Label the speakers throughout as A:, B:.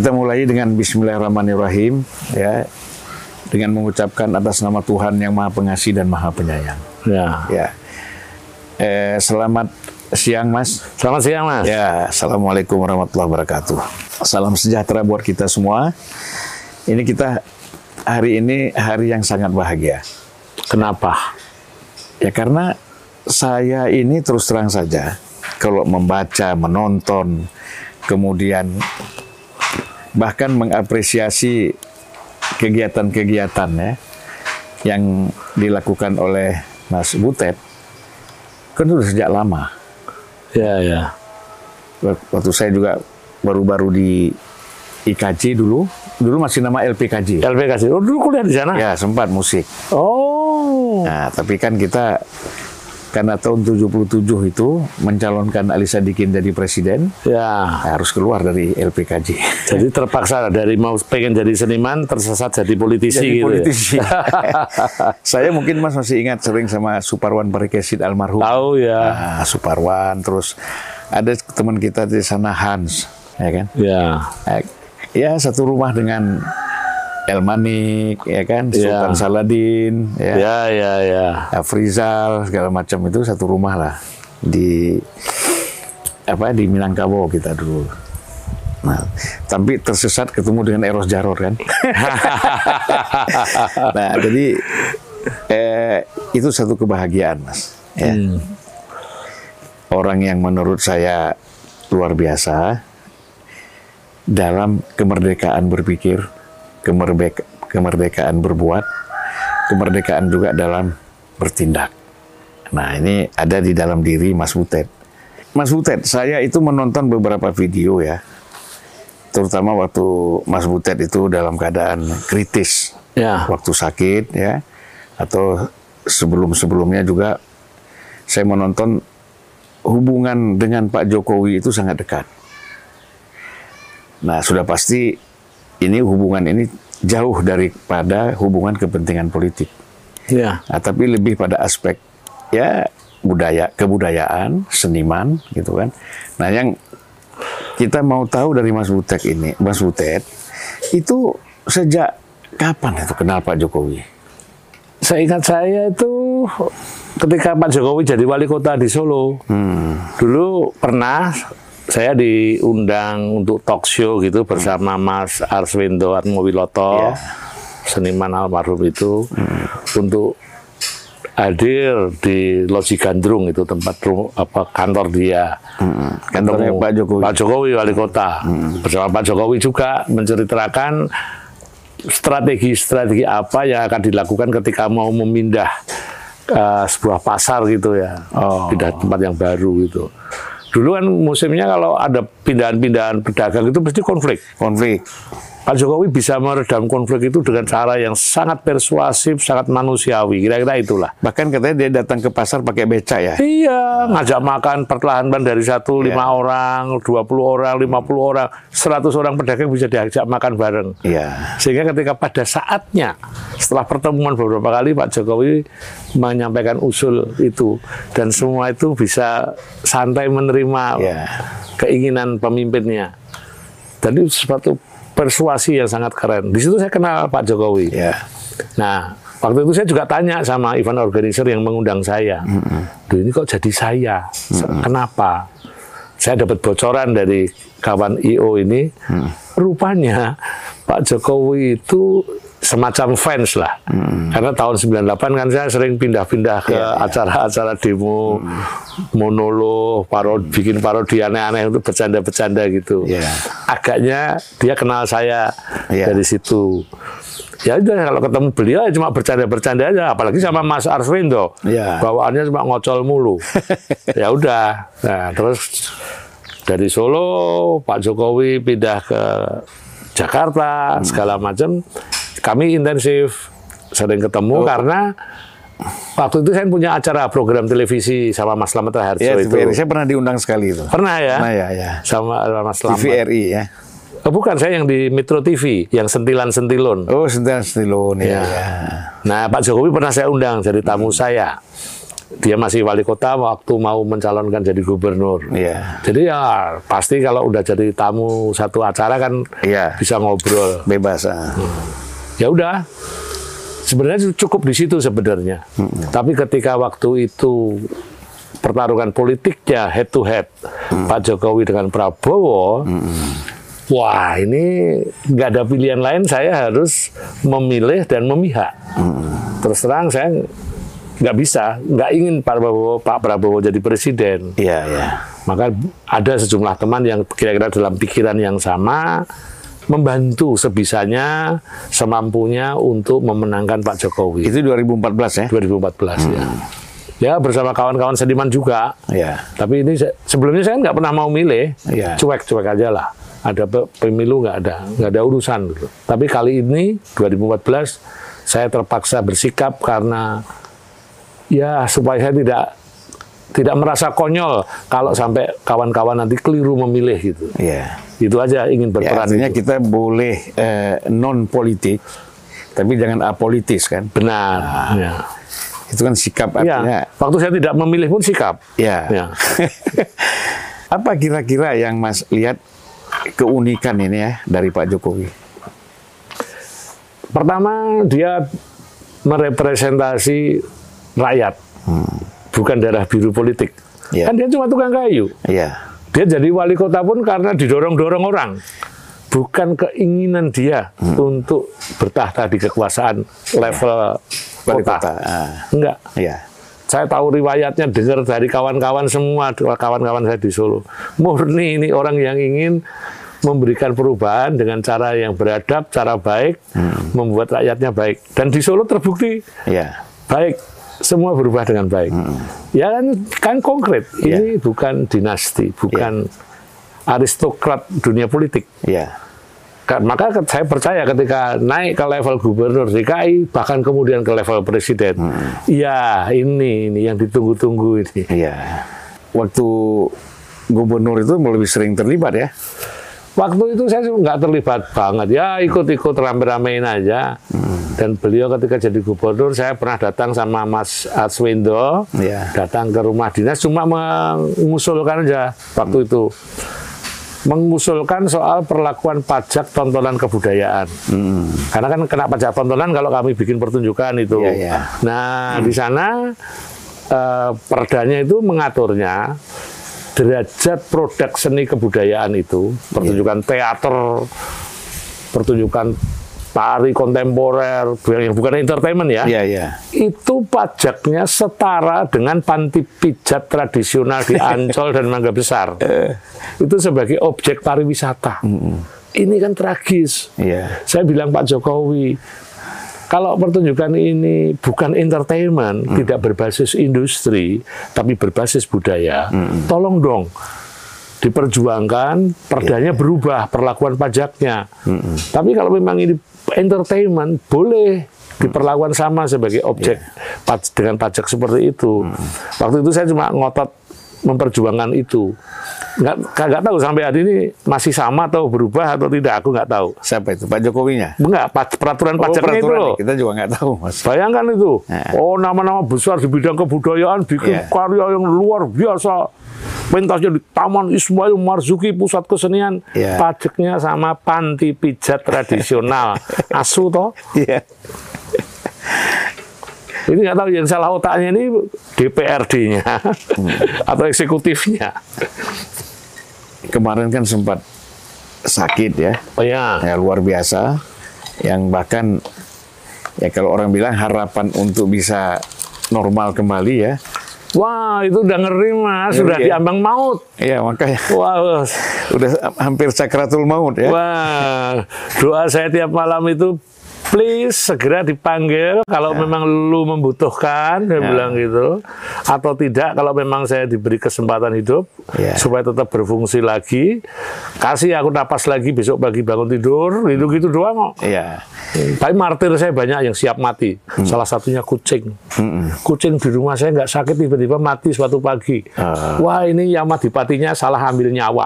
A: Kita mulai dengan Bismillahirrahmanirrahim, ya, dengan mengucapkan atas nama Tuhan yang Maha Pengasih dan Maha Penyayang. Ya. Selamat siang, Mas.
B: Selamat siang, Mas.
A: Ya, Assalamualaikum warahmatullahi wabarakatuh. Salam sejahtera buat kita semua. Hari ini hari yang sangat bahagia.
B: Kenapa?
A: Ya karena saya ini terus terang saja, kalau membaca, menonton, kemudian bahkan mengapresiasi kegiatan-kegiatan ya yang dilakukan oleh Mas Butet, kan sudah sejak lama.
B: Ya.
A: Waktu saya juga baru-baru di IKJ dulu masih nama LPKJ.
B: LPKJ. Oh, dulu kuliah di sana?
A: Ya, sempat musik.
B: Oh.
A: Nah, tapi kan kita karena tahun 77 itu mencalonkan Ali Sadikin jadi presiden, harus keluar dari LPKJ.
B: Jadi terpaksa dari mau pengen jadi seniman, tersesat jadi politisi.
A: Jadi
B: gitu
A: politisi.
B: Ya?
A: Saya mungkin Mas masih ingat sering sama Suparwan Parikesit almarhum.
B: Tahu ya.
A: Nah, Suparwan, terus ada teman kita di sana Hans, ya kan?
B: Ya.
A: Ya, satu rumah dengan Elmanik, ya kan, Sultan Saladin,
B: ya.
A: Afrizal, segala macam itu satu rumah lah di Minangkabau kita dulu. Nah, tapi tersesat ketemu dengan Eros Jarot kan. Nah, jadi itu satu kebahagiaan, Mas. Ya. Orang yang menurut saya luar biasa dalam kemerdekaan berpikir, kemerdekaan berbuat, kemerdekaan juga dalam bertindak. Nah, ini ada di dalam diri Mas Butet. Mas Butet, saya itu menonton beberapa video ya, terutama waktu Mas Butet itu dalam keadaan kritis, waktu sakit ya, atau sebelum-sebelumnya juga saya menonton hubungan dengan Pak Jokowi itu sangat dekat. Nah, sudah pasti hubungan ini jauh daripada hubungan kepentingan politik. Nah, tapi lebih pada aspek kebudayaan, seniman gitu kan. Nah, yang kita mau tahu dari Mas Butet itu sejak kapan itu kenal Pak Jokowi?
B: Seingat saya itu ketika Pak Jokowi jadi wali kota di Solo. Dulu pernah saya diundang untuk talk show gitu bersama Mas Arswendo Atmowiloto, seniman almarhum itu, untuk hadir di Loji Gandrung, itu tempat kantor dia.
A: Kantornya
B: Pak Jokowi wali kota. Bersama Pak Jokowi juga menceritakan strategi apa yang akan dilakukan ketika mau memindah sebuah pasar gitu ya, pindah tempat yang baru gitu. Dulu kan musimnya kalau ada pindahan-pindahan pedagang itu pasti konflik. Pak Jokowi bisa meredam konflik itu dengan cara yang sangat persuasif, sangat manusiawi. Kira-kira itulah.
A: Bahkan katanya dia datang ke pasar pakai beca ya?
B: Iya, ngajak makan perlahan-lahan dari 5 orang, 20 orang, 50 orang, 100 orang pedagang bisa diajak makan bareng. Sehingga ketika pada saatnya, setelah pertemuan beberapa kali, Pak Jokowi menyampaikan usul itu. Dan semua itu bisa santai menerima keinginan pemimpinnya. Dan itu sesuatu persuasi yang sangat keren. Di situ saya kenal Pak Jokowi. Nah, waktu itu saya juga tanya sama event organizer yang mengundang saya. Duh, ini kok jadi saya? Kenapa? Saya dapat bocoran dari kawan IO ini. Rupanya Pak Jokowi itu semacam fans lah. Karena tahun 98 kan saya sering pindah-pindah ke acara-acara demo, monolog, bikin parodi aneh-aneh untuk bercanda-bercanda gitu. Agaknya dia kenal saya dari situ. Ya udah, kalau ketemu beliau cuma bercanda-bercanda aja, apalagi sama Mas Arswendo. Bawaannya cuma ngocol mulu. Ya udah. Nah, terus dari Solo Pak Jokowi pindah ke Jakarta, segala macam. Kami intensif sering ketemu karena waktu itu saya punya acara program televisi sama Mas Slamet Raharjo itu.
A: Saya pernah diundang sekali itu.
B: Pernah ya? Sama Mas Slamet.
A: TVRI ya.
B: Bukan, saya yang di Metro TV, yang sentilan-sentilun.
A: Oh, sentilan-sentilun ya.
B: Nah, Pak Jokowi pernah saya undang jadi tamu saya. dia masih wali kota waktu mau mencalonkan jadi gubernur. Jadi ya pasti kalau udah jadi tamu satu acara kan bisa ngobrol
A: bebas.
B: Ya udah, sebenarnya cukup di situ sebenarnya. Tapi ketika waktu itu pertarungan politiknya head to head, Pak Jokowi dengan Prabowo, wah ini nggak ada pilihan lain, saya harus memilih dan memihak. Terus terang saya nggak bisa, nggak ingin Pak Prabowo jadi presiden. Maka ada sejumlah teman yang kira-kira dalam pikiran yang sama, membantu sebisanya, semampunya untuk memenangkan Pak Jokowi.
A: Itu 2014 ya?
B: 2014 ya. Ya bersama kawan-kawan seniman juga. Tapi ini sebelumnya saya nggak pernah mau milih, cuek-cuek aja lah. Ada pemilu nggak ada urusan gitu. Tapi kali ini 2014 saya terpaksa bersikap karena ya supaya saya tidak merasa konyol kalau sampai kawan-kawan nanti keliru memilih gitu. Itu aja ingin berperan.
A: Artinya kita boleh non politik, tapi jangan apolitis kan?
B: Benar.
A: Itu kan sikap artinya.
B: Waktu saya tidak memilih pun sikap.
A: Apa kira-kira yang Mas lihat keunikan ini ya dari Pak Jokowi?
B: Pertama, dia merepresentasi rakyat, bukan darah biru politik. Kan dia cuma tukang kayu. Dia jadi wali kota pun karena didorong-dorong orang. Bukan keinginan dia untuk bertahta di kekuasaan level kota. Enggak. Saya tahu riwayatnya, dengar dari kawan-kawan semua, kawan-kawan saya di Solo. Murni ini orang yang ingin memberikan perubahan dengan cara yang beradab, cara baik, membuat rakyatnya baik. Dan di Solo terbukti baik, semua berubah dengan baik. Ya kan konkret. Ini bukan dinasti, bukan aristokrat dunia politik. Maka saya percaya ketika naik ke level gubernur DKI, bahkan kemudian ke level presiden, ya ini yang ditunggu-tunggu ini.
A: Waktu gubernur itu lebih sering terlibat ya?
B: Waktu itu saya nggak terlibat banget, ya ikut-ikut rame-ramein aja. Dan beliau ketika jadi gubernur, saya pernah datang sama Mas Arswendo, datang ke rumah dinas, cuma mengusulkan aja waktu itu. Mengusulkan soal perlakuan pajak tontonan kebudayaan. Karena kan kena pajak tontonan kalau kami bikin pertunjukan itu. Nah, di sana perdanya itu mengaturnya derajat produk seni kebudayaan itu, pertunjukan teater, pertunjukan tari kontemporer, yang bukan entertainment ya, itu pajaknya setara dengan panti pijat tradisional di Ancol dan Mangga Besar. Itu sebagai objek pariwisata. Ini kan tragis. Saya bilang Pak Jokowi, kalau pertunjukan ini bukan entertainment, tidak berbasis industri, tapi berbasis budaya, tolong dong diperjuangkan, perdanya berubah, perlakuan pajaknya. Tapi kalau memang ini entertainment, boleh diperlakukan sama sebagai objek dengan pajak seperti itu. Waktu itu saya cuma ngotot memperjuangkan itu. Nggak tahu sampai hari ini masih sama atau berubah atau tidak, aku nggak tahu.
A: Siapa itu? Pak Jokowinya?
B: Enggak, peraturan pajaknya itu loh.
A: Kita juga nggak tahu, Mas.
B: Bayangkan itu. Oh, nama-nama besar di bidang kebudayaan bikin karya yang luar biasa. Pentasnya di Taman Ismail Marzuki, pusat kesenian. Pajaknya sama panti pijat tradisional. Asu toh? Ini nggak tahu yang salah otaknya ini DPRD-nya atau eksekutifnya.
A: Kemarin kan sempat sakit ya. Ya luar biasa. Yang bahkan ya kalau orang bilang harapan untuk bisa normal kembali ya.
B: Wah, itu udah ngeri, Mas. Sudah diambang maut.
A: Iya, makanya.
B: Wah,
A: udah hampir sakratul maut ya.
B: Wah, doa saya tiap malam itu, please segera dipanggil kalau memang lu membutuhkan, saya bilang gitu. Atau tidak, kalau memang saya diberi kesempatan hidup supaya tetap berfungsi lagi, kasih aku napas lagi besok pagi bangun tidur, gitu-gitu doang kok. Tapi martir saya banyak yang siap mati. Salah satunya kucing. Kucing di rumah saya nggak sakit, tiba-tiba mati suatu pagi. Wah, ini Yamadipatinya salah ambil nyawa.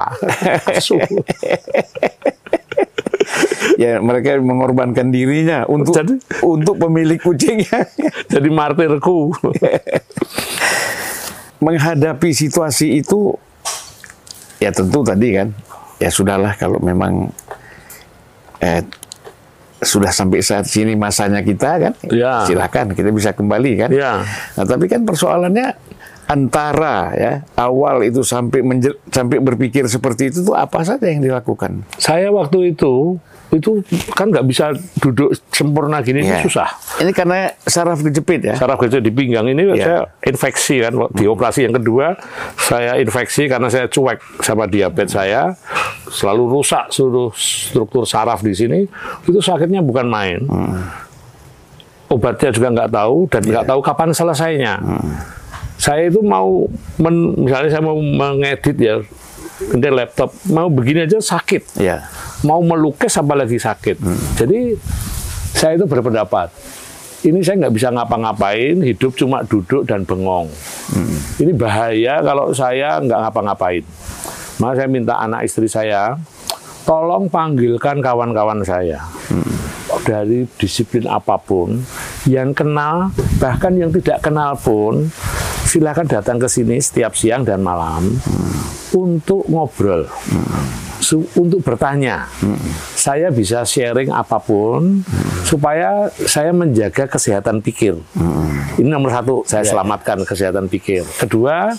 A: Ya, mereka mengorbankan dirinya untuk pemilik kucingnya.
B: Jadi martirku.
A: Menghadapi situasi itu, ya tentu tadi kan, ya sudahlah kalau memang sudah sampai saat sini masanya kita kan, ya, silakan kita bisa kembali kan. Ya. Nah tapi kan persoalannya antara ya awal itu sampai berpikir seperti itu tuh apa saja yang dilakukan?
B: Saya waktu itu kan nggak bisa duduk sempurna gini, ini susah.
A: Ini karena saraf kejepit ya? Saraf kejepit
B: di pinggang ini saya infeksi kan, di operasi yang kedua saya infeksi karena saya cuek sama diabetes saya, selalu rusak seluruh struktur saraf di sini, itu sakitnya bukan main. Obatnya juga nggak tahu dan nggak tahu kapan selesainya. Saya itu mau, misalnya saya mau mengedit ya, ini laptop, mau begini aja sakit. Mau melukis apalagi sakit. Jadi saya itu berpendapat, ini saya nggak bisa ngapa-ngapain, hidup cuma duduk dan bengong. Ini bahaya kalau saya nggak ngapa-ngapain. Maka saya minta anak istri saya, tolong panggilkan kawan-kawan saya. Dari disiplin apapun, yang kenal, bahkan yang tidak kenal pun, silakan datang ke sini setiap siang dan malam untuk ngobrol, untuk bertanya. Saya bisa sharing apapun supaya saya menjaga kesehatan pikir. Ini nomor satu, saya selamatkan kesehatan pikir. Kedua,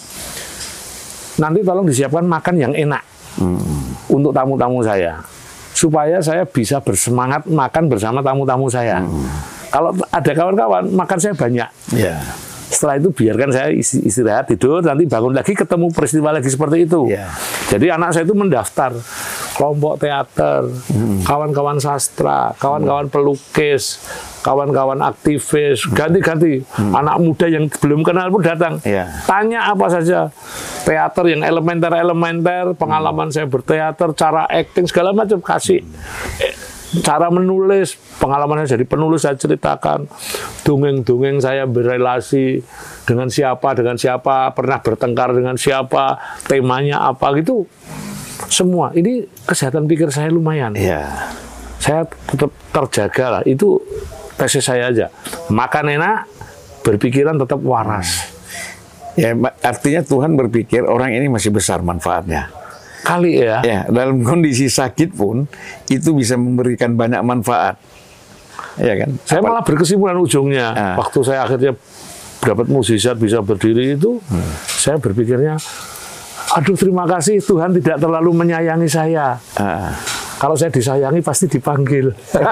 B: nanti tolong disiapkan makan yang enak untuk tamu-tamu saya, supaya saya bisa bersemangat makan bersama tamu-tamu saya. Kalau ada kawan-kawan, makan saya banyak. Setelah itu biarkan saya istirahat, tidur, nanti bangun lagi ketemu peristiwa lagi seperti itu. Jadi anak saya itu mendaftar kelompok teater, kawan-kawan sastra, kawan-kawan pelukis, kawan-kawan aktivis, ganti-ganti. Anak muda yang belum kenal pun datang. Tanya apa saja. Teater yang elementer-elementer, pengalaman saya berteater, cara acting, segala macam kasih. Cara menulis, pengalaman saya jadi penulis saya ceritakan, dongeng-dongeng saya berrelasi dengan siapa, pernah bertengkar dengan siapa, temanya apa gitu, semua. Ini kesehatan pikir saya lumayan. Saya tetap terjaga lah. Itu tesis saya aja. Makan enak, berpikiran tetap waras.
A: Ya, artinya Tuhan berpikir orang ini masih besar manfaatnya.
B: Kali ya.
A: Dalam kondisi sakit pun itu bisa memberikan banyak manfaat. Ya kan?
B: Saya malah berkesimpulan ujungnya waktu saya akhirnya dapat mukjizat bisa berdiri itu, saya berpikirnya, aduh terima kasih Tuhan tidak terlalu menyayangi saya. Kalau saya disayangi pasti dipanggil.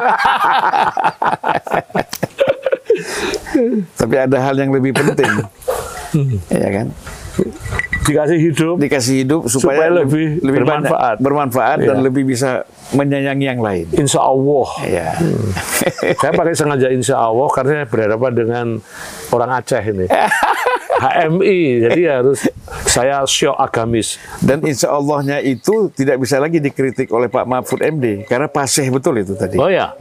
A: Tapi ada hal yang lebih penting. Ya kan?
B: Dikasih hidup supaya lebih
A: bermanfaat dan lebih bisa menyayangi yang lain.
B: Insya Allah. Saya pakai sengaja insya Allah karena saya berhadapan dengan orang Aceh ini. HMI, jadi harus saya syok agamis.
A: Dan insya Allahnya itu tidak bisa lagi dikritik oleh Pak Mahfud MD karena pasih betul itu tadi.
B: Oh ya.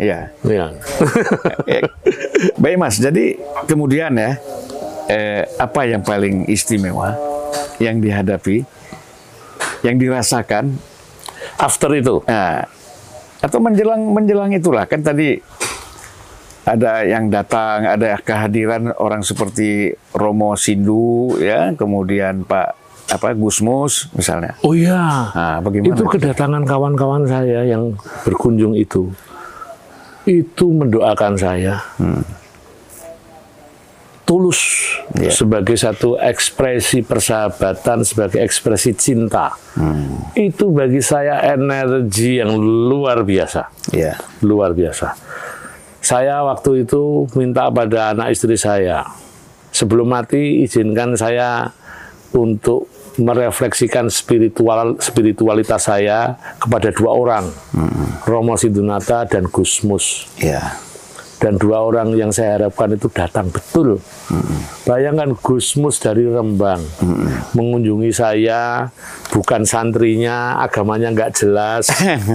A: Baik Mas, jadi kemudian ya apa yang paling istimewa yang dihadapi, yang dirasakan
B: after itu,
A: atau menjelang itulah kan tadi ada yang datang, ada kehadiran orang seperti Romo Sindu ya, kemudian Pak Gusmus misalnya.
B: Oh iya,
A: bagaimana
B: itu kedatangan kawan-kawan saya yang berkunjung itu mendoakan saya. Tulus sebagai satu ekspresi persahabatan, sebagai ekspresi cinta. Itu bagi saya energi yang luar biasa. Luar biasa. Saya waktu itu minta pada anak istri saya, sebelum mati izinkan saya untuk merefleksikan spiritualitas saya kepada dua orang, Romo Sindunata dan Gusmus. Dan dua orang yang saya harapkan itu datang betul. Bayangkan Gusmus dari Rembang mengunjungi saya, bukan santrinya, agamanya nggak jelas.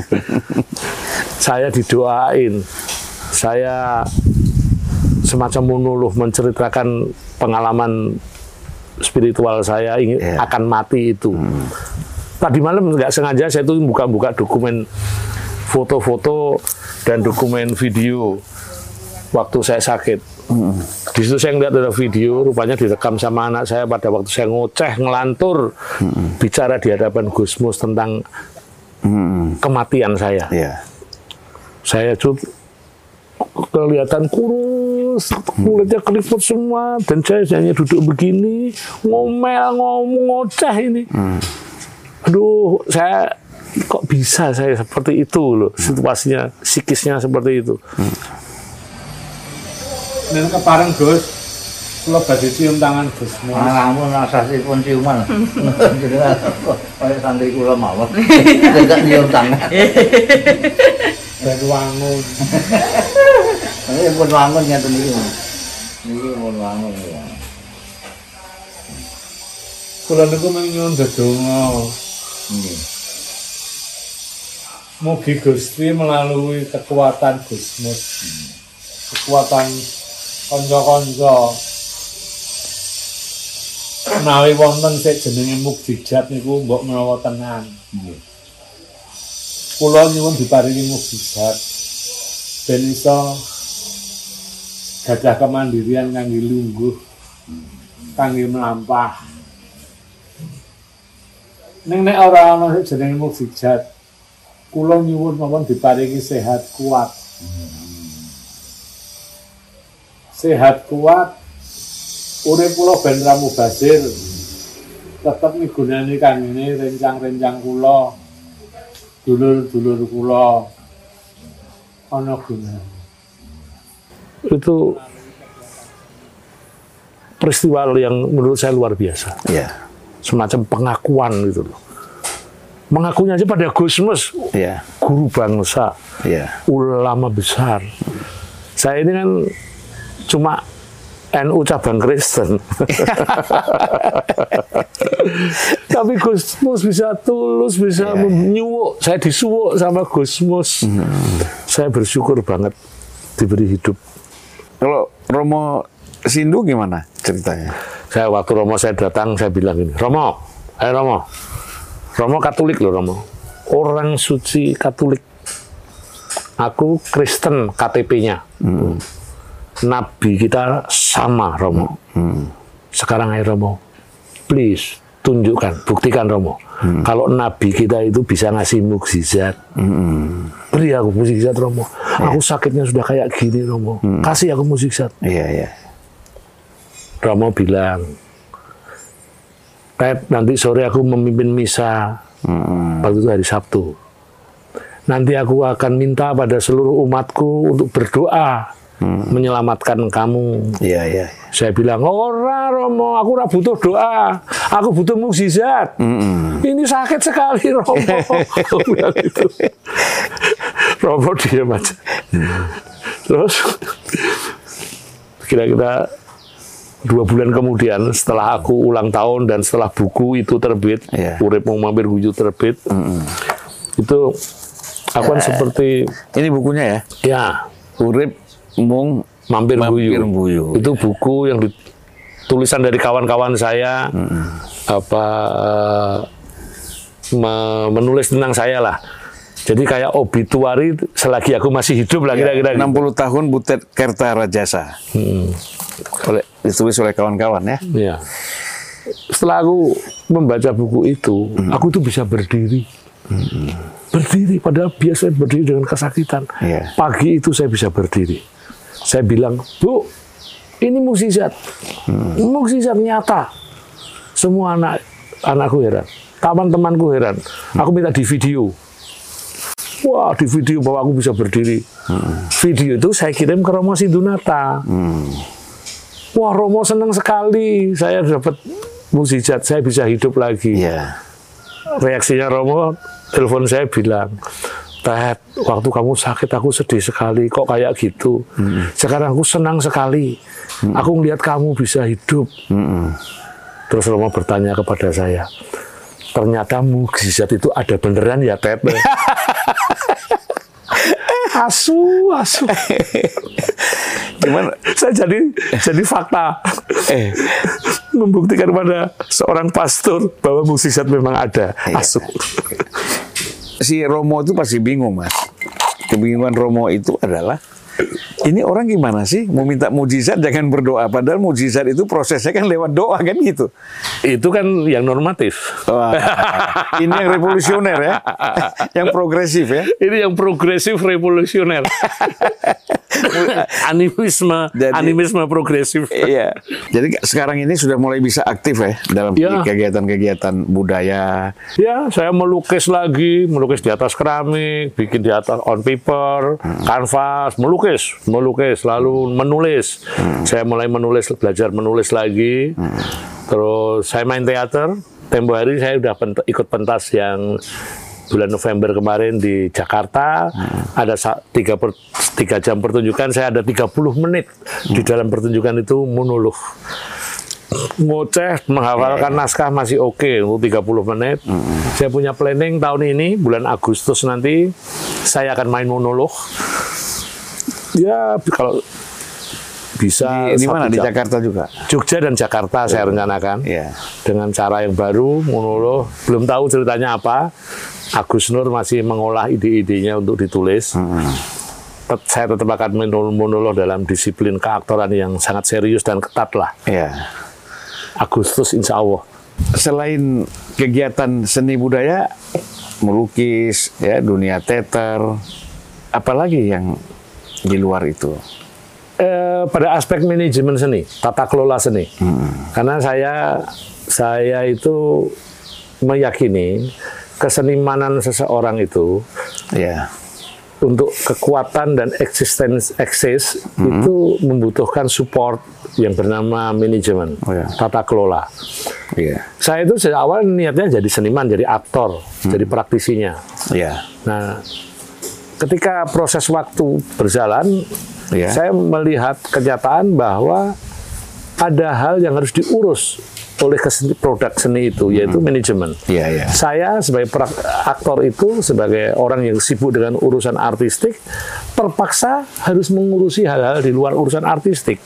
B: Saya didoain, saya semacam monolog menceritakan pengalaman spiritual saya akan mati itu. Tadi malam nggak sengaja saya tuh buka-buka dokumen foto-foto dan dokumen video waktu saya sakit. Di situ saya ngeliat ada video, rupanya direkam sama anak saya pada waktu saya ngoceh, ngelantur, bicara di hadapan Gusmus tentang kematian saya. Saya kelihatan kurus, kulitnya keriput semua, dan saya hanya duduk begini, ngomong ngoceh ini. Aduh, saya kok bisa saya seperti itu loh, situasinya, psikisnya seperti itu.
C: Nen kepareng Gus, kula badhe cium tangan Gus.
D: Ngamun rasasipun ciuman. Jenengan kaya santri kula mawon. Tidak cium tangan.
C: Ben wangun.
D: Ini pun wangun ngeten iki. Niki pun wangun ya.
C: Kula niku nyuwun ndedonga.
D: Nggih.
C: Mugi Gusti melalui kekuatan Gusmus, kekuatan kanca-kanca menawi wonten sik jenenge mukjizat niku mbok menawa tenan. Kula nyuwun diparingi mukjizat ben iso gadah kemandirian kangge lungguh, kangge mlampah. Nek ora ana sik jenenge mukjizat, kula nyuwun mawon diparingi sehat kuat. Sehat kuat, urip kula ben ramu basir, tetep migunani kangge rencang-rencang kula, dulur-dulur kula, ana gunane.
B: Itu peristiwa yang menurut saya luar biasa. Semacam pengakuan gitu loh. Mengakunya aja pada Gusmus, guru bangsa, ulama besar. Saya ini kan cuma NU cabang Kristen. Tapi Gusmus bisa tulus, bisa menyuwuk. Saya disuwuk sama Gusmus. Saya bersyukur banget diberi hidup.
A: Kalau Romo Sindu gimana ceritanya?
B: Saya waktu Romo saya datang, saya bilang gini, Romo, Romo Katolik loh Romo. Orang suci Katolik. Aku Kristen KTP-nya. Nabi kita sama Romo. Sekarang ayo Romo, please tunjukkan, buktikan Romo. Kalau Nabi kita itu bisa ngasih mukjizat, beri aku mukjizat Romo. Aku sakitnya sudah kayak gini Romo, kasih aku mukjizat. Romo bilang, Pep, nanti sore aku memimpin misa. Waktu itu hari Sabtu. Nanti aku akan minta pada seluruh umatku untuk berdoa menyelamatkan kamu. Saya bilang, ora Romo, aku ora butuh doa, aku butuh mukjizat. Ini sakit sekali Romo. Romo diam aja. Terus kira-kira 2 bulan kemudian setelah aku ulang tahun dan setelah buku itu terbit, Urip Mung Mampir Guyu terbit, itu aku kan seperti
A: ini bukunya
B: ya
A: Urip Mung
B: Mampir Guyu. Itu
A: ya.
B: buku yang tulisan dari kawan-kawan saya, menulis tentang saya lah. Jadi kayak obituari selagi aku masih hidup lah kira-kira.
A: 60 tahun Butet Kertarajasa. Ditulis oleh kawan-kawan ya.
B: Iya. Setelah aku membaca buku itu, aku tuh bisa berdiri. Berdiri, padahal biasa berdiri dengan kesakitan. Pagi itu saya bisa berdiri. Saya bilang, Bu, ini mukjizat. Mukjizat nyata. Semua anakku heran. Teman-temanku heran. Aku minta di video. Wah, di video bahwa aku bisa berdiri. Video itu saya kirim ke Romo Sindunata. Wah, Romo senang sekali. Saya dapat mukjizat, saya bisa hidup lagi. Reaksinya Romo, telepon saya bilang, Ted, waktu kamu sakit aku sedih sekali, kok kayak gitu. Sekarang aku senang sekali. Aku ngelihat kamu bisa hidup. Terus Romo bertanya kepada saya, ternyata mukjizat itu ada beneran ya, Ted? Asu.
A: Gimana?
B: Saya jadi fakta. Membuktikan pada seorang pastor bahwa mukjizat memang ada. Asu.
A: Si Romo itu pasti bingung, Mas. Kebingungan Romo itu adalah Ini orang gimana sih? Mau minta mujizat jangan berdoa. Padahal mujizat itu prosesnya kan lewat doa kan gitu.
B: Itu kan yang normatif.
A: Wah, ini yang revolusioner ya. Yang progresif ya.
B: Ini yang progresif revolusioner. Animisme progresif.
A: Iya. Jadi sekarang ini sudah mulai bisa aktif ya dalam kegiatan-kegiatan budaya.
B: Ya, saya melukis lagi, melukis di atas keramik, bikin di atas on paper, kanvas, melukis, lalu menulis. Saya mulai menulis, belajar menulis lagi. Terus saya main teater. Tempo hari saya udah ikut pentas yang bulan November kemarin di Jakarta. Ada 3 jam pertunjukan, saya ada 30 menit di dalam pertunjukan itu monolog. Ngoceh, menghafalkan naskah masih oke untuk 30 menit. Saya punya planning tahun ini, bulan Agustus nanti, saya akan main monolog. Ya, kalau bisa
A: di mana? Di Jakarta juga?
B: Jogja dan Jakarta saya rencanakan. Dengan cara yang baru, monolog. Belum tahu ceritanya apa. Agus Nur masih mengolah ide-idenya untuk ditulis. Saya tetap akan monolog dalam disiplin keaktoran yang sangat serius dan ketat lah. Agustus insya Allah.
A: Selain kegiatan seni budaya, melukis, ya, dunia teater, apalagi yang di luar itu?
B: Pada aspek manajemen seni, tata kelola seni. Karena saya itu meyakini kesenimanan seseorang itu untuk kekuatan dan eksis itu membutuhkan support yang bernama manajemen, tata kelola. Saya itu sejak awal niatnya jadi seniman, jadi aktor, jadi praktisinya. Nah, ketika proses waktu berjalan, saya melihat kenyataan bahwa ada hal yang harus diurus oleh produk seni itu, yaitu manajemen. Saya sebagai aktor itu, sebagai orang yang sibuk dengan urusan artistik, terpaksa harus mengurusi hal-hal di luar urusan artistik.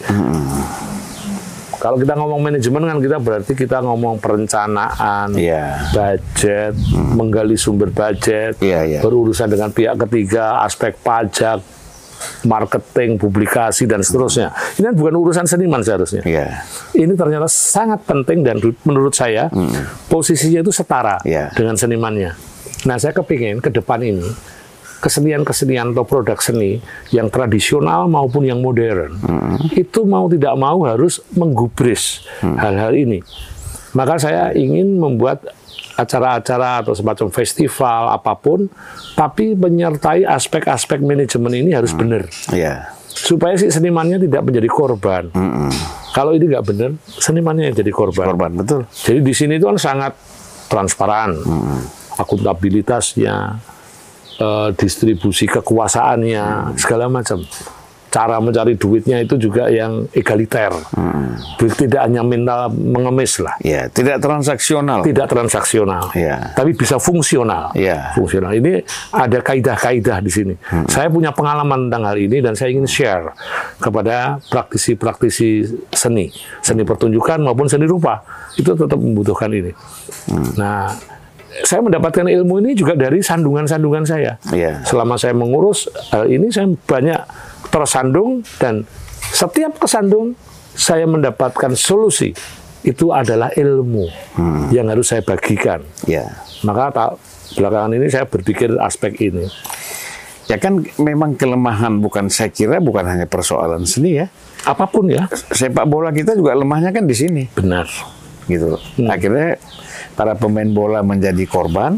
B: Kalau kita ngomong manajemen kan kita berarti kita ngomong perencanaan, budget, menggali sumber budget, berurusan dengan pihak ketiga, aspek pajak, marketing, publikasi, dan seterusnya. Ini kan bukan urusan seniman seharusnya. Ini ternyata sangat penting dan menurut saya posisinya itu setara dengan senimannya. Nah, saya kepingin ke depan ini kesenian-kesenian atau produk seni yang tradisional maupun yang modern itu mau tidak mau harus menggubris hal-hal ini. Maka saya ingin membuat acara-acara atau semacam festival apapun, tapi menyertai aspek-aspek manajemen ini harus benar. Supaya si senimannya tidak menjadi korban. Kalau ini nggak benar, senimannya yang jadi korban.
A: Betul.
B: Jadi di sini itu kan sangat transparan, akuntabilitasnya, distribusi kekuasaannya, segala macam. Cara mencari duitnya itu juga yang egaliter. Tidak hanya mental mengemis lah.
A: Tidak transaksional.
B: Tidak transaksional. Tapi bisa fungsional. Fungsional. Ini ada kaidah-kaidah di sini. Saya punya pengalaman tentang hal ini dan saya ingin share kepada praktisi-praktisi seni. Seni pertunjukan maupun seni rupa. Itu tetap membutuhkan ini. Nah, saya mendapatkan ilmu ini juga dari sandungan-sandungan saya. Selama saya mengurus hal ini, saya banyak tersandung dan setiap kesandung saya mendapatkan solusi. Itu adalah ilmu yang harus saya bagikan. Maka belakangan ini saya berpikir aspek ini.
A: Ya kan memang kelemahan saya kira bukan hanya persoalan seni ya.
B: Apapun ya.
A: Sepak bola kita juga lemahnya kan di sini.
B: Benar.
A: Gitu. Akhirnya para pemain bola menjadi korban.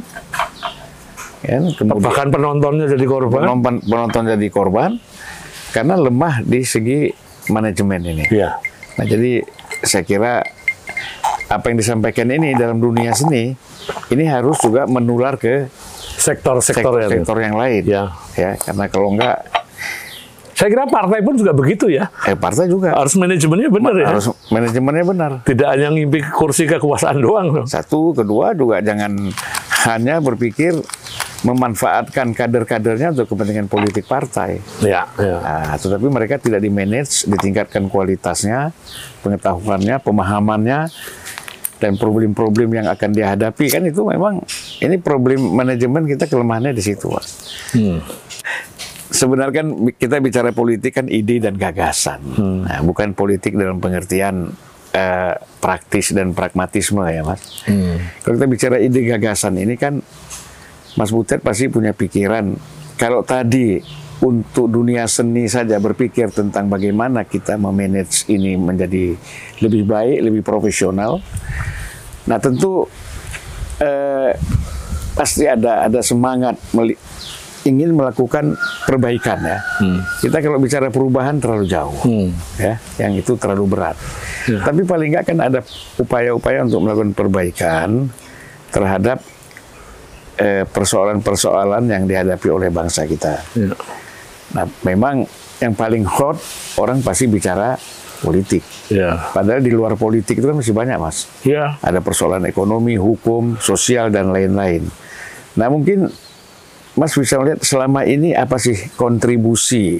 B: Bahkan penontonnya jadi korban.
A: Penonton jadi korban. Karena lemah di segi manajemen ini. Nah, jadi saya kira apa yang disampaikan ini dalam dunia seni ini harus juga menular ke sektor yang lain. Karena kalau enggak,
B: saya kira partai pun juga begitu ya.
A: Partai juga
B: harus manajemennya benar ya.
A: Harus manajemennya benar.
B: Tidak hanya ngimpi kursi kekuasaan doang.
A: Satu, kedua juga jangan hanya berpikir memanfaatkan kader-kadernya untuk kepentingan politik partai. Nah, tetapi mereka tidak di-manage, ditingkatkan kualitasnya, pengetahuannya, pemahamannya, dan problem-problem yang akan dihadapi. Kan itu memang, ini problem manajemen kita kelemahannya di situ, Pak. sebenarnya kan kita bicara politik kan ide dan gagasan. Nah, bukan politik dalam pengertian praktis dan pragmatisme ya Mas. Kalau kita bicara ide gagasan ini kan Mas Butet pasti punya pikiran. Kalau tadi untuk dunia seni saja berpikir tentang bagaimana kita memanage ini menjadi lebih baik, lebih profesional. Nah tentu pasti ada semangat ingin melakukan perbaikan ya. Kita kalau bicara perubahan terlalu jauh, ya, yang itu terlalu berat. Tapi paling nggak kan ada upaya-upaya untuk melakukan perbaikan terhadap persoalan-persoalan yang dihadapi oleh bangsa kita. Nah, memang yang paling hot orang pasti bicara politik. Padahal di luar politik itu kan masih banyak, Mas. Ada persoalan ekonomi, hukum, sosial, dan lain-lain. Nah, mungkin Mas bisa melihat selama ini apa sih kontribusi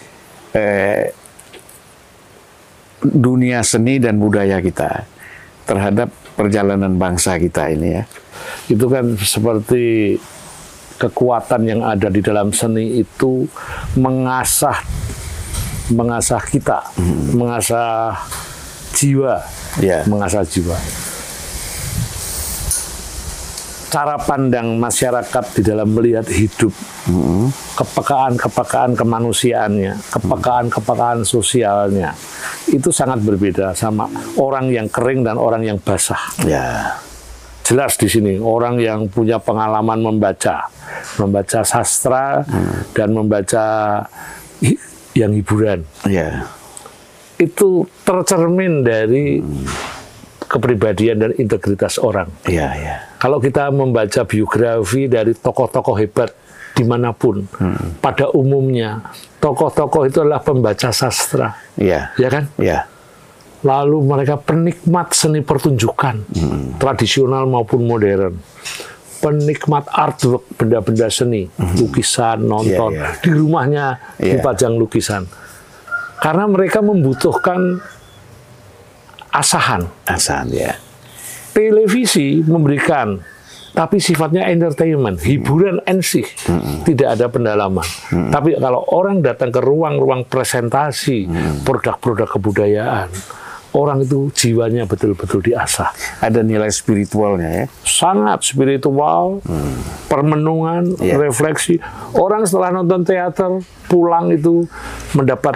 A: dunia seni dan budaya kita terhadap perjalanan bangsa kita ini ya.
B: Itu kan seperti kekuatan yang ada di dalam seni itu mengasah kita, mengasah jiwa, mengasah jiwa. Cara pandang masyarakat di dalam melihat hidup, kepekaan kemanusiaannya, kepekaan sosialnya, itu sangat berbeda sama orang yang kering dan orang yang basah. Jelas di sini orang yang punya pengalaman membaca sastra dan membaca yang hiburan, itu tercermin dari kepribadian dan integritas orang. Kalau kita membaca biografi dari tokoh-tokoh hebat dimanapun, pada umumnya tokoh-tokoh itu adalah pembaca sastra, ya kan? Lalu mereka penikmat seni pertunjukan, tradisional maupun modern, penikmat artwork, benda-benda seni, lukisan, nonton, di rumahnya dipajang lukisan, karena mereka membutuhkan asahan. Televisi memberikan, tapi sifatnya entertainment, hiburan ensih, tidak ada pendalaman. Tapi kalau orang datang ke ruang-ruang presentasi produk-produk kebudayaan, orang itu jiwanya betul-betul diasah.
A: Ada nilai spiritualnya ya?
B: Sangat spiritual, permenungan, refleksi. Orang setelah nonton teater, pulang itu mendapat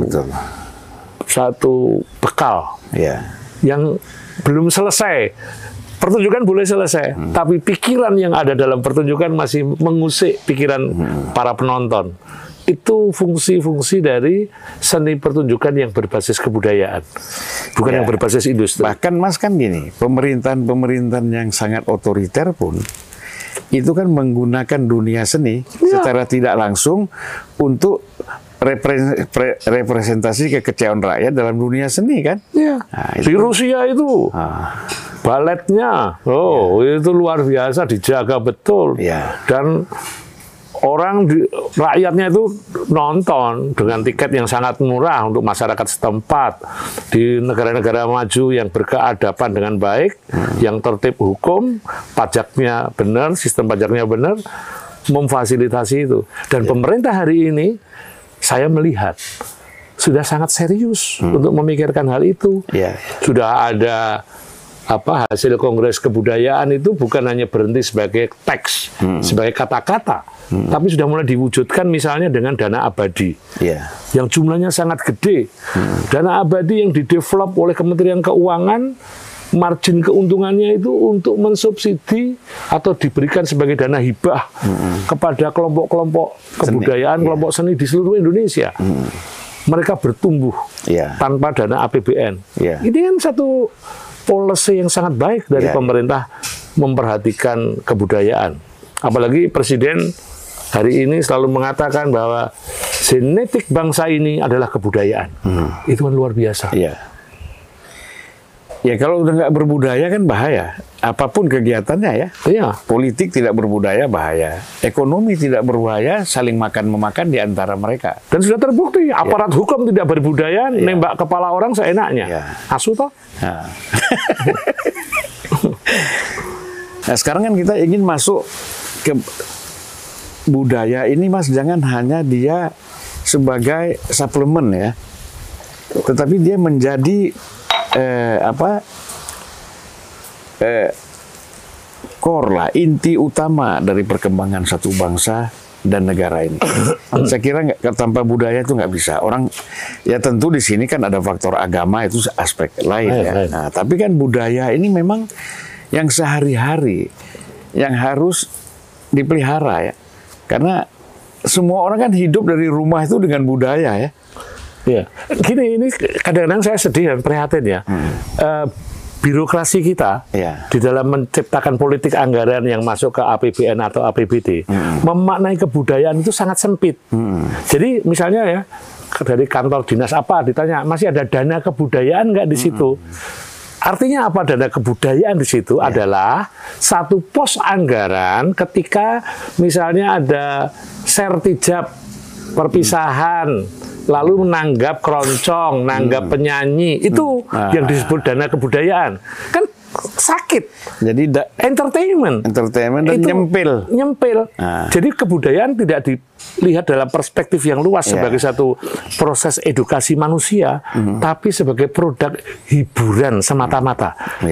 B: satu bekal yang belum selesai. Pertunjukan boleh selesai, tapi pikiran yang ada dalam pertunjukan masih mengusik pikiran para penonton. Itu fungsi-fungsi dari seni pertunjukan yang berbasis kebudayaan, bukan yang berbasis industri.
A: Bahkan Mas kan gini, pemerintahan yang sangat otoriter pun itu kan menggunakan dunia seni secara tidak langsung untuk representasi kekecewaan rakyat dalam dunia seni kan?
B: Nah, di Rusia itu baletnya, itu luar biasa, dijaga betul, dan rakyatnya itu nonton dengan tiket yang sangat murah untuk masyarakat setempat. Di negara-negara maju yang berkeadaban dengan baik, yang tertib hukum, pajaknya benar, sistem pajaknya benar, memfasilitasi itu. Dan pemerintah hari ini, saya melihat sudah sangat serius untuk memikirkan hal itu. Sudah ada hasil kongres kebudayaan itu bukan hanya berhenti sebagai teks, sebagai kata-kata, tapi sudah mulai diwujudkan misalnya dengan dana abadi yang jumlahnya sangat gede. Dana abadi yang didevelop oleh Kementerian Keuangan, margin keuntungannya itu untuk mensubsidi atau diberikan sebagai dana hibah kepada kelompok-kelompok kebudayaan, kelompok seni di seluruh Indonesia. Mereka bertumbuh tanpa dana APBN. Ini kan satu policy yang sangat baik dari pemerintah memperhatikan kebudayaan. Apalagi Presiden hari ini selalu mengatakan bahwa genetik bangsa ini adalah kebudayaan. Itu kan luar biasa.
A: Ya kalau udah nggak berbudaya kan bahaya. Apapun kegiatannya ya. Politik tidak berbudaya bahaya. Ekonomi tidak berbudaya, saling makan-memakan di antara mereka.
B: Dan sudah terbukti aparat hukum tidak berbudaya, nembak kepala orang seenaknya. Asu toh?
A: Nah sekarang kan kita ingin masuk ke budaya ini Mas jangan hanya dia sebagai suplemen ya, tetapi dia menjadi core lah, inti utama dari perkembangan satu bangsa dan negara ini. Saya kira tanpa budaya itu nggak bisa. Orang ya tentu di sini kan ada faktor agama, itu aspek lain ya. Nah, tapi kan budaya ini memang yang sehari-hari yang harus dipelihara ya. Karena semua orang kan hidup dari rumah itu dengan budaya ya.
B: Ya, gini ini kadang-kadang saya sedih dan prihatin ya. Birokrasi kita di dalam menciptakan politik anggaran yang masuk ke APBN atau APBD memaknai kebudayaan itu sangat sempit. Jadi misalnya ya dari kantor dinas apa ditanya masih ada dana kebudayaan nggak di situ? Artinya apa dana kebudayaan di situ adalah satu pos anggaran ketika misalnya ada sertijab perpisahan, lalu menanggap keroncong, nanggap penyanyi, itu yang disebut dana kebudayaan. Kan sakit.
A: Jadi
B: entertainment
A: dan
B: nyempil. Jadi kebudayaan tidak dilihat dalam perspektif yang luas sebagai satu proses edukasi manusia, tapi sebagai produk hiburan semata-mata.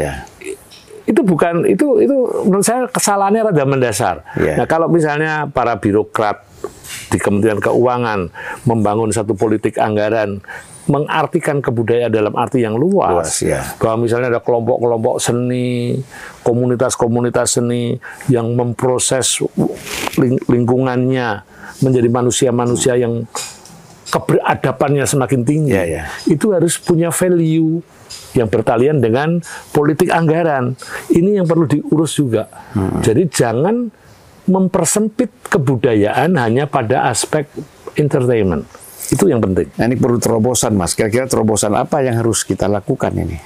B: Itu bukan itu menurut saya kesalahannya rada mendasar. Nah, kalau misalnya para birokrat di Kementerian Keuangan membangun satu politik anggaran mengartikan kebudayaan dalam arti yang luas bahwa misalnya ada kelompok-kelompok seni, komunitas-komunitas seni yang memproses lingkungannya menjadi manusia-manusia yang keberadabannya semakin tinggi, itu harus punya value yang bertalian dengan politik anggaran. Ini yang perlu diurus juga. Jadi jangan mempersempit kebudayaan hanya pada aspek entertainment. Itu yang penting.
A: Nah, ini perlu terobosan, Mas. Kira-kira terobosan apa yang harus kita lakukan ini?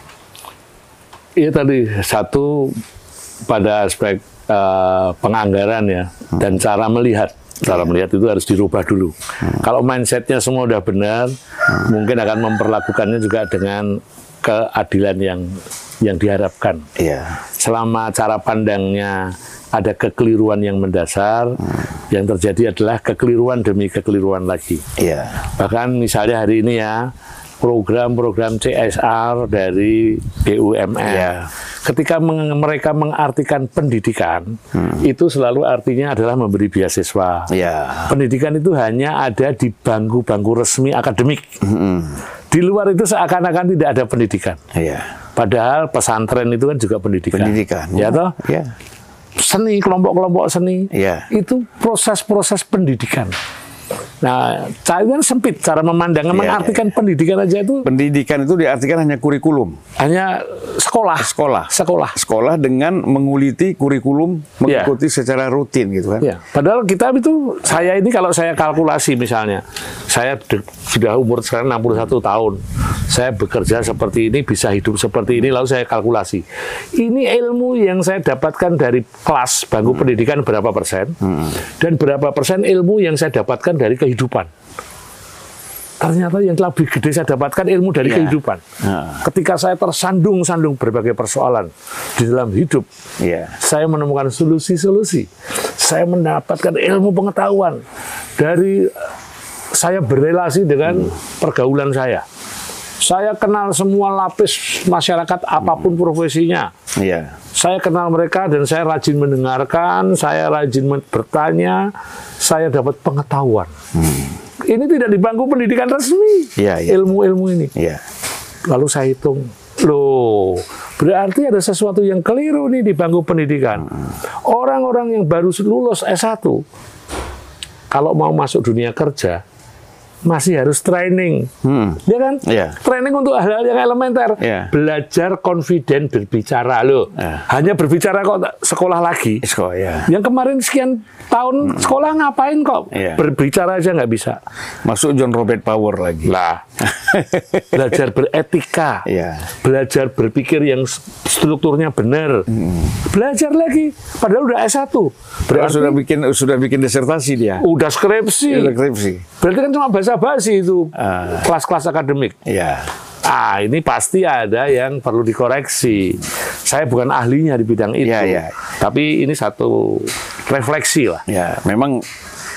B: Iya tadi, satu pada aspek penganggaran ya, dan cara melihat. Cara melihat itu harus dirubah dulu. Kalau mindsetnya semua udah benar, mungkin akan memperlakukannya juga dengan keadilan yang diharapkan. Selama cara pandangnya ada kekeliruan yang mendasar, yang terjadi adalah kekeliruan demi kekeliruan lagi. Bahkan misalnya hari ini ya, program-program CSR dari BUMN, ketika mereka mengartikan pendidikan, itu selalu artinya adalah memberi beasiswa. Pendidikan itu hanya ada di bangku-bangku resmi akademik. Di luar itu seakan-akan tidak ada pendidikan. Padahal pesantren itu kan juga pendidikan. Ya toh? Seni, kelompok-kelompok seni, itu proses-proses pendidikan. Nah, cara sempit cara memandang, mengartikan pendidikan aja itu.
A: Pendidikan itu diartikan hanya kurikulum,
B: hanya sekolah
A: dengan menguliti kurikulum, mengikuti secara rutin gitu kan.
B: Padahal kita itu, saya ini kalau saya kalkulasi misalnya, saya sudah umur sekarang 61 tahun, saya bekerja seperti ini, bisa hidup seperti ini, lalu saya kalkulasi. Ini ilmu yang saya dapatkan dari kelas bangku pendidikan berapa persen, dan berapa persen ilmu yang saya dapatkan dari kehidupan. Ternyata yang lebih gede saya dapatkan ilmu dari kehidupan. Ketika saya tersandung-sandung berbagai persoalan di dalam hidup, saya menemukan solusi-solusi. Saya mendapatkan ilmu pengetahuan dari saya berrelasi dengan pergaulan saya. Saya kenal semua lapis masyarakat apapun profesinya. Saya kenal mereka dan saya rajin mendengarkan, saya rajin bertanya, saya dapat pengetahuan. Ini tidak di bangku pendidikan resmi, ilmu-ilmu ini. Lalu saya hitung, loh, berarti ada sesuatu yang keliru nih di bangku pendidikan. Orang-orang yang baru lulus S1, kalau mau masuk dunia kerja, masih harus training, ya kan? Training untuk hal-hal yang elementer. Belajar confident berbicara loh. Hanya berbicara kok sekolah lagi. Yang kemarin sekian tahun sekolah ngapain kok? Berbicara aja nggak bisa.
A: Masuk John Robert Power lagi.
B: Lah, belajar beretika, belajar berpikir yang strukturnya benar. Belajar lagi. Padahal udah S1.
A: Berarti sudah bikin disertasi dia.
B: Udah skripsi. Berarti kan cuma basa-basi itu kelas-kelas akademik. Ini pasti ada yang perlu dikoreksi. Saya bukan ahlinya di bidang itu, tapi ini satu refleksi lah.
A: Memang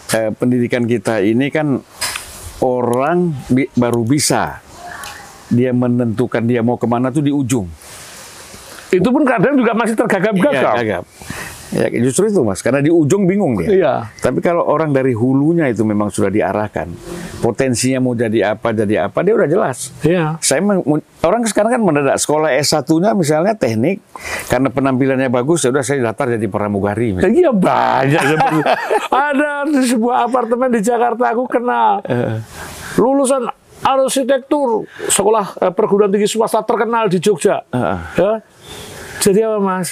A: pendidikan kita ini kan orang baru bisa dia menentukan dia mau kemana tuh di ujung.
B: Itu pun kadang juga masih tergagap-gagap.
A: Gagap. Ya, justru itu Mas, karena di ujung bingung dia.
B: Iya.
A: Tapi kalau orang dari hulunya itu memang sudah diarahkan, potensinya mau jadi apa, dia udah jelas.
B: Iya.
A: Orang sekarang kan mendadak sekolah S1-nya misalnya teknik, karena penampilannya bagus, ya udah saya daftar jadi pramugari.
B: Iya banyak. Ada di sebuah apartemen di Jakarta aku kenal. Lulusan arsitektur, sekolah perguruan tinggi swasta terkenal di Jogja. Ya. Jadi apa Mas?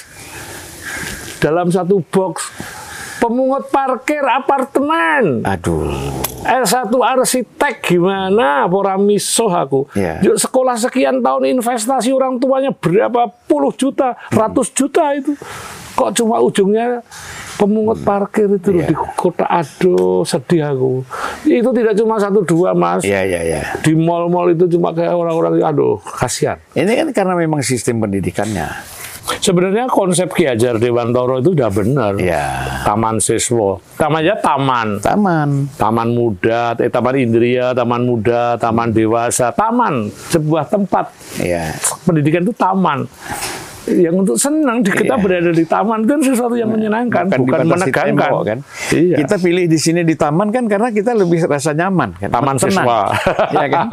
B: Dalam satu box pemungut parkir apartemen.
A: Aduh.
B: S1 arsitek gimana? Pora miso aku.
A: Yeah.
B: Sekolah sekian tahun investasi orang tuanya berapa puluh juta, ratus juta itu. Kok cuma ujungnya pemungut parkir itu loh di kota. Aduh, sedih aku. Itu tidak cuma 1-2 Mas.
A: Iya.
B: Di mal-mal itu cuma kayak orang-orang, aduh, kasihan.
A: Ini kan karena memang sistem pendidikannya.
B: Sebenarnya konsep Ki Hajar Dewantara itu udah benar.
A: Ya.
B: Taman siswa. Namanya taman. Taman muda, taman indria, taman muda, taman dewasa. Taman, sebuah tempat.
A: Ya.
B: Pendidikan itu taman. Yang untuk senang kita berada di taman itu sesuatu yang menyenangkan, bukan menegangkan.
A: Kan?
B: Iya.
A: Kita pilih di sini di taman kan karena kita lebih rasa nyaman. Kan?
B: Taman
A: tenang.
B: siswa.
A: Ya kan?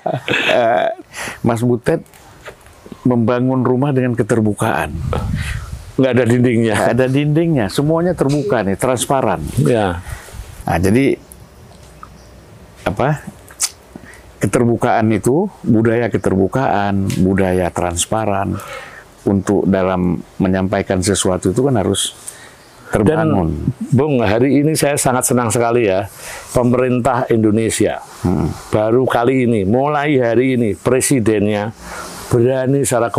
A: Mas Butet membangun rumah dengan keterbukaan.
B: Nggak ada dindingnya.
A: Nggak ada dindingnya, semuanya terbuka nih, transparan.
B: Ya.
A: Nah, jadi apa? Keterbukaan itu, budaya keterbukaan, budaya transparan untuk dalam menyampaikan sesuatu itu kan harus terbangun.
B: Dan Bung, hari ini saya sangat senang sekali ya, pemerintah Indonesia baru kali ini, mulai hari ini presidennya berani secara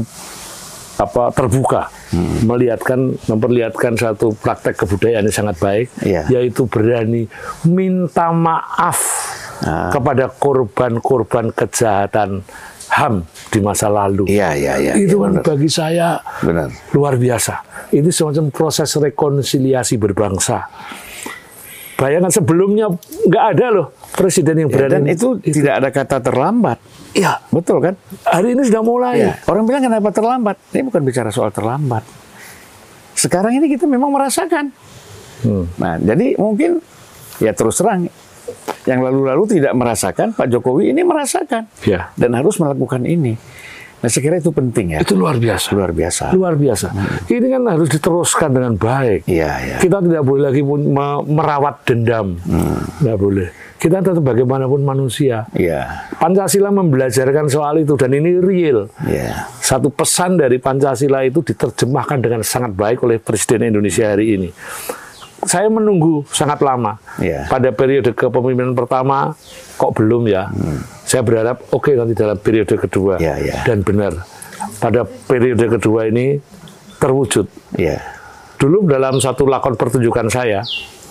B: terbuka memperlihatkan satu praktek kebudayaan yang sangat baik, yaitu berani minta maaf kepada korban-korban kejahatan HAM di masa lalu. Itu kan bagi saya luar biasa. Ini semacam proses rekonsiliasi berbangsa. Bayangkan sebelumnya nggak ada loh presiden yang berani.
A: Dan itu tidak ada kata terlambat.
B: Iya,
A: betul kan?
B: Hari ini sudah mulai.
A: Ya. Orang bilang kenapa terlambat? Ini bukan bicara soal terlambat. Sekarang ini kita memang merasakan. Nah, jadi mungkin ya terus terang yang lalu-lalu tidak merasakan, Pak Jokowi ini merasakan dan harus melakukan ini. Nah, saya kira itu penting ya.
B: Itu luar biasa. Luar biasa. Ini kan harus diteruskan dengan baik. Kita tidak boleh lagi merawat dendam. Tidak boleh. Kita tetap bagaimanapun manusia. Pancasila membelajarkan soal itu dan ini real. Satu pesan dari Pancasila itu diterjemahkan dengan sangat baik oleh Presiden Indonesia hari ini. Saya menunggu sangat lama. Pada periode kepemimpinan pertama kok belum ya. Saya berharap nanti dalam periode kedua. Dan benar, pada periode kedua ini terwujud. Dulu dalam satu lakon pertunjukan saya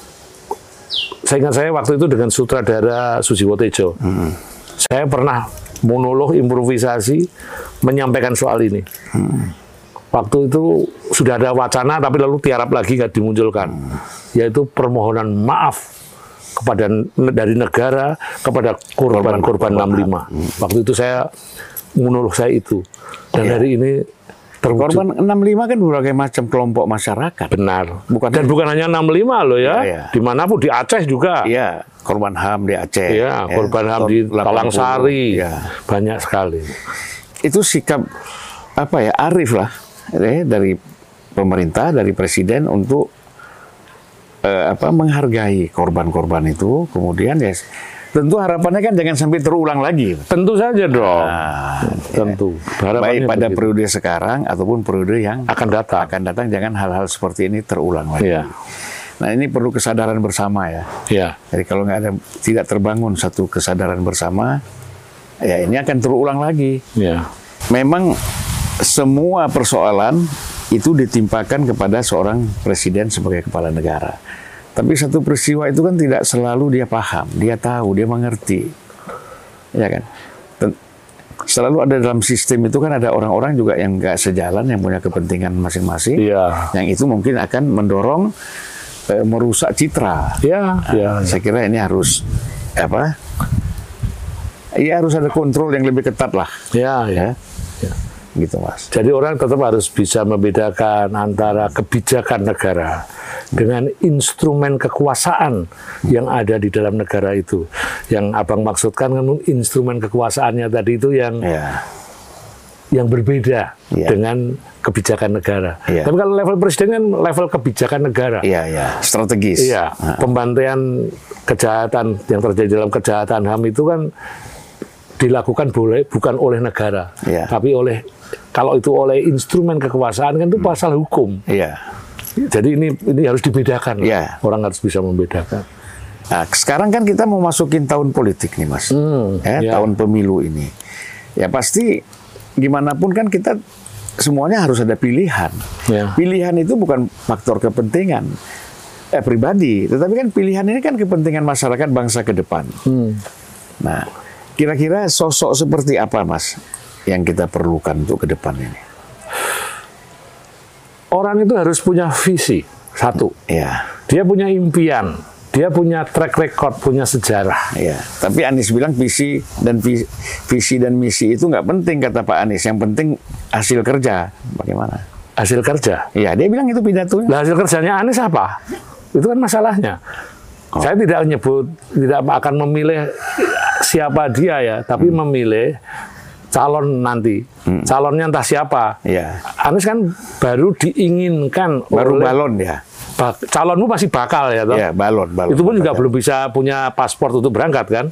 B: ingat saya waktu itu dengan sutradara Sujiwo Tejo. Saya pernah monolog improvisasi menyampaikan soal ini. Waktu itu sudah ada wacana, tapi lalu tiarap lagi nggak dimunculkan, yaitu permohonan maaf dari negara kepada korban-korban 65. Waktu itu saya monolog saya itu, dan hari ini terwujud.
A: Korban 65 kan berbagai macam kelompok masyarakat.
B: Benar. Bukan hanya 65 loh ya. Dimanapun di Aceh juga.
A: Korban HAM di Aceh.
B: Korban HAM di Talangsari. Banyak sekali.
A: Itu sikap arif lah dari pemerintah, dari presiden untuk menghargai korban-korban itu. Kemudian tentu harapannya kan jangan sampai terulang lagi.
B: Tentu saja dong. Tentu.
A: Baik pada periode sekarang ataupun periode yang
B: akan datang
A: jangan hal-hal seperti ini terulang lagi. Nah, ini perlu kesadaran bersama ya. Jadi kalau tidak terbangun satu kesadaran bersama, ya ini akan terulang lagi. Memang semua persoalan itu ditimpakan kepada seorang presiden sebagai kepala negara. Tapi satu peristiwa itu kan tidak selalu dia paham, dia tahu, dia mengerti. Ya kan? Selalu ada dalam sistem itu kan ada orang-orang juga yang nggak sejalan, yang punya kepentingan masing-masing. Yang itu mungkin akan mendorong merusak citra.
B: Ya.
A: Saya kira ini harus apa? Ya harus ada kontrol yang lebih ketat lah.
B: Ya.
A: Gitu Mas.
B: Jadi orang tetap harus bisa membedakan antara kebijakan negara dengan instrumen kekuasaan yang ada di dalam negara itu. Yang Abang maksudkan kan instrumen kekuasaannya tadi itu yang berbeda dengan kebijakan negara. Tapi kalau level presiden kan level kebijakan negara.
A: Strategis.
B: Pembantaian kejahatan yang terjadi dalam kejahatan HAM itu kan dilakukan bukan oleh negara, tapi kalau itu oleh instrumen kekuasaan kan itu pasal hukum. Jadi ini harus dibedakan. Orang harus bisa membedakan.
A: Nah, sekarang kan kita mau masukin tahun politik nih Mas, tahun pemilu ini. Ya pasti gimana pun kan kita semuanya harus ada pilihan. Pilihan itu bukan faktor kepentingan pribadi, tetapi kan pilihan ini kan kepentingan masyarakat bangsa ke depan. Nah, kira-kira sosok seperti apa Mas yang kita perlukan untuk ke depan ini?
B: Orang itu harus punya visi, satu. Dia punya impian, dia punya track record, punya sejarah.
A: Tapi Anies bilang visi dan misi itu nggak penting, kata Pak Anies. Yang penting hasil kerja. Bagaimana?
B: Hasil kerja?
A: Dia bilang itu pidatonya.
B: Nah, hasil kerjanya Anies apa? Itu kan masalahnya. Saya tidak akan memilih siapa dia ya, tapi memilih calon nanti. Calonnya entah siapa. Anies kan baru diinginkan
A: baru balon ya.
B: Calonmu masih bakal ya, toh?
A: Balon.
B: Itu pun juga belum bisa punya paspor untuk berangkat kan?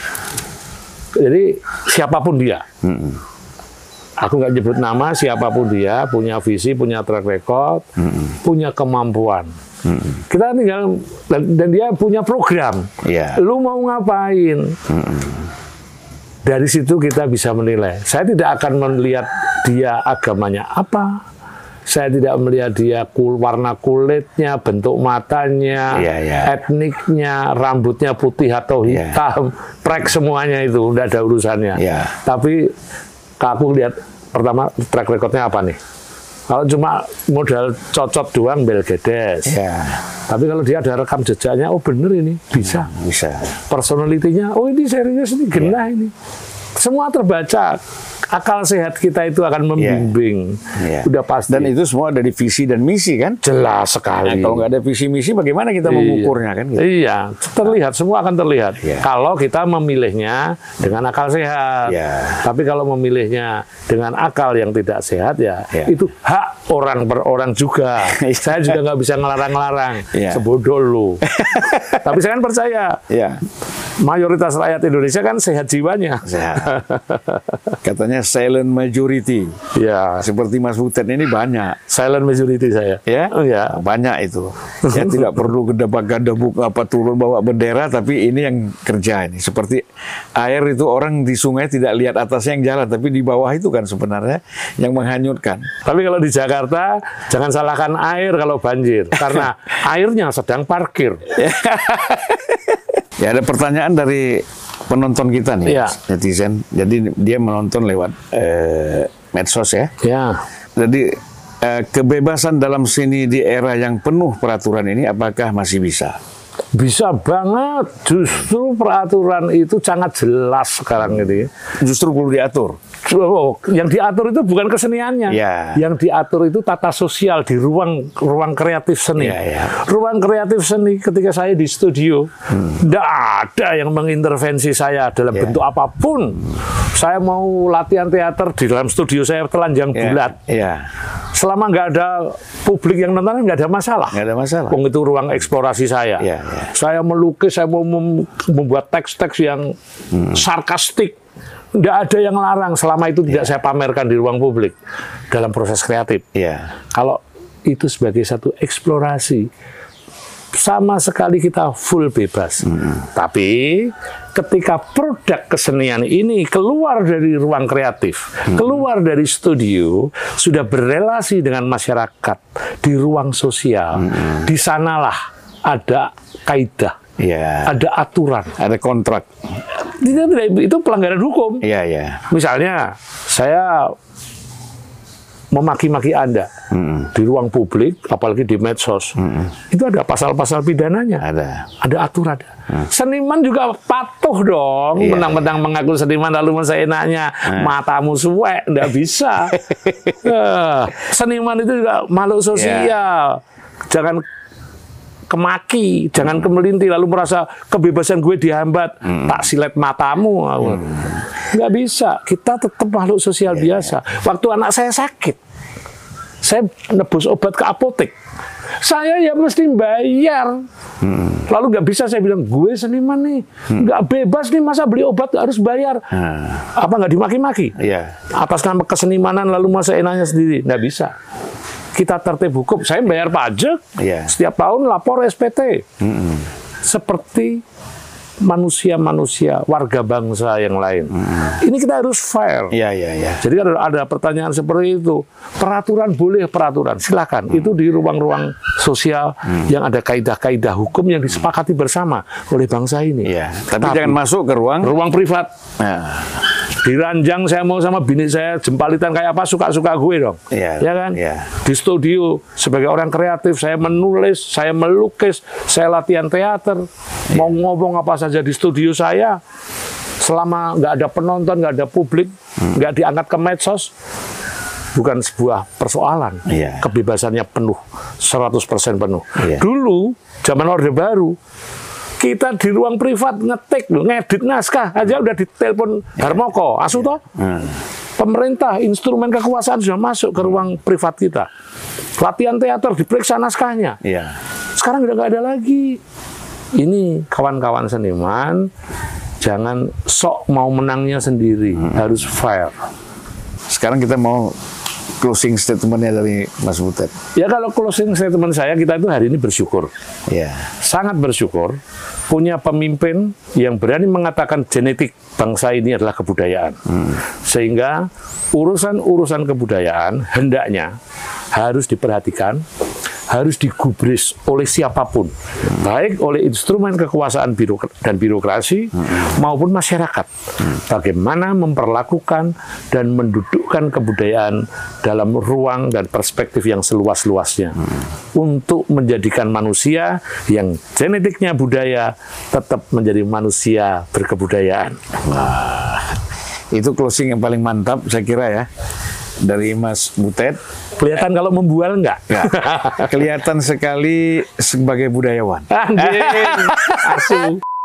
B: Jadi siapapun dia. Aku nggak nyebut nama, siapapun dia, punya visi, punya track record, punya kemampuan. Kita tinggal, dan dia punya program. Lu mau ngapain? Dari situ kita bisa menilai. Saya tidak akan melihat dia agamanya apa. Saya tidak melihat dia warna kulitnya, bentuk matanya, etniknya, rambutnya putih atau hitam, prek semuanya itu, tidak ada urusannya. Tapi aku lihat pertama track recordnya apa nih? Kalau cuma modal cocot doang bel gedes. Tapi kalau dia ada rekam jejaknya, oh bener ini bisa. Personalitinya, oh ini serius ini genah ini. Semua terbaca. Akal sehat kita itu akan membimbing. Udah pasti.
A: Dan itu semua dari visi dan misi kan?
B: Jelas sekali.
A: Kalau nggak ada visi misi, bagaimana kita mengukurnya kan? Gitu?
B: Terlihat, semua akan terlihat. Kalau kita memilihnya dengan akal sehat. Tapi kalau memilihnya dengan akal yang tidak sehat, itu hak orang per orang juga. Saya juga nggak bisa ngelarang-larang. Sebodoh lu. Tapi saya kan percaya. Mayoritas rakyat Indonesia kan sehat jiwanya.
A: Katanya silent majority. Seperti Mas Butet ini banyak.
B: Silent majority saya.
A: Banyak itu. Tidak perlu gedebak-gedebuk apa turun bawa bendera, tapi ini yang kerja ini. Seperti air itu orang di sungai tidak lihat atasnya yang jalan, tapi di bawah itu kan sebenarnya yang menghanyutkan.
B: Tapi kalau di Jakarta jangan salahkan air kalau banjir, karena airnya sedang parkir.
A: Ada pertanyaan dari penonton kita nih, netizen. Jadi dia menonton lewat medsos ya. Jadi kebebasan dalam seni di era yang penuh peraturan ini, apakah masih bisa?
B: Bisa banget. Justru peraturan itu sangat jelas sekarang ini.
A: Justru perlu diatur.
B: Yang diatur itu bukan keseniannya. Yang diatur itu tata sosial di ruang kreatif seni. Ruang kreatif seni ketika saya di studio, tidak ada yang mengintervensi saya dalam bentuk apapun. Saya mau latihan teater di dalam studio saya telanjang bulat. Selama nggak ada publik yang nonton, nggak ada masalah. Itu ruang eksplorasi saya. Saya melukis, saya mau membuat teks-teks yang sarkastik. Tidak ada yang larang selama itu tidak saya pamerkan di ruang publik dalam proses kreatif. Kalau itu sebagai satu eksplorasi, sama sekali kita full bebas. Tapi ketika produk kesenian ini keluar dari ruang kreatif, keluar dari studio, sudah berelasi dengan masyarakat di ruang sosial, di sanalah ada kaidah. Ada aturan,
A: ada kontrak.
B: Itu pelanggaran hukum. Misalnya saya memaki-maki Anda di ruang publik, apalagi di medsos, itu ada pasal-pasal pidananya, ada aturan. Seniman juga patuh dong, mentang-mentang mengaku seniman lalu seenaknya matamu suwek, nggak bisa. Seniman itu juga makhluk sosial, jangan kemaki, jangan kemelinti lalu merasa kebebasan gue dihambat, tak silet matamu. Nggak bisa, kita tetap makhluk sosial biasa. Waktu anak saya sakit, saya nebus obat ke apotek, saya ya mesti bayar. Lalu nggak bisa saya bilang, gue seniman nih, nggak bebas nih, masa beli obat harus bayar. Apa nggak dimaki-maki? Atas nama kesenimanan lalu masa enaknya sendiri? Nggak bisa. Kita tertib hukum, saya bayar pajak, setiap tahun lapor SPT. Seperti manusia-manusia, warga bangsa yang lain. Ini kita harus fair. Jadi ada pertanyaan seperti itu. Peraturan boleh peraturan, silakan. Itu di ruang-ruang sosial yang ada kaidah-kaidah hukum yang disepakati bersama oleh bangsa ini.
A: Tapi jangan masuk ke ruang
B: privat. Di ranjang saya mau sama bini saya jempalitan kayak apa, suka-suka gue dong. Ya kan? Di studio sebagai orang kreatif, saya menulis, saya melukis, saya latihan teater, mau ngomong apa saja di studio saya, selama nggak ada penonton, nggak ada publik, nggak diangkat ke medsos, bukan sebuah persoalan. Kebebasannya penuh, 100% penuh. Dulu, zaman Orde Baru, kita di ruang privat ngetik, ngedit naskah aja udah ditelepon Harmoko, Asuto. Pemerintah, instrumen kekuasaan sudah masuk ke ruang privat kita. Latihan teater, diperiksa naskahnya. Sekarang udah nggak ada lagi. Ini kawan-kawan seniman, jangan sok mau menangnya sendiri, harus fair.
A: Sekarang kita mau closing statement-nya dari Mas Butet.
B: Ya kalau closing statement saya, kita itu hari ini bersyukur. Sangat bersyukur punya pemimpin yang berani mengatakan genetik bangsa ini adalah kebudayaan. Sehingga urusan-urusan kebudayaan hendaknya harus diperhatikan, harus digubris oleh siapapun, baik oleh instrumen kekuasaan dan birokrasi maupun masyarakat. Bagaimana memperlakukan dan mendudukkan kebudayaan dalam ruang dan perspektif yang seluas-luasnya untuk menjadikan manusia yang genetiknya budaya tetap menjadi manusia berkebudayaan.
A: Itu closing yang paling mantap saya kira ya dari Mas Butet.
B: Kelihatan kalau membual enggak?
A: Kelihatan sekali sebagai budayawan.
B: Anjing, asu.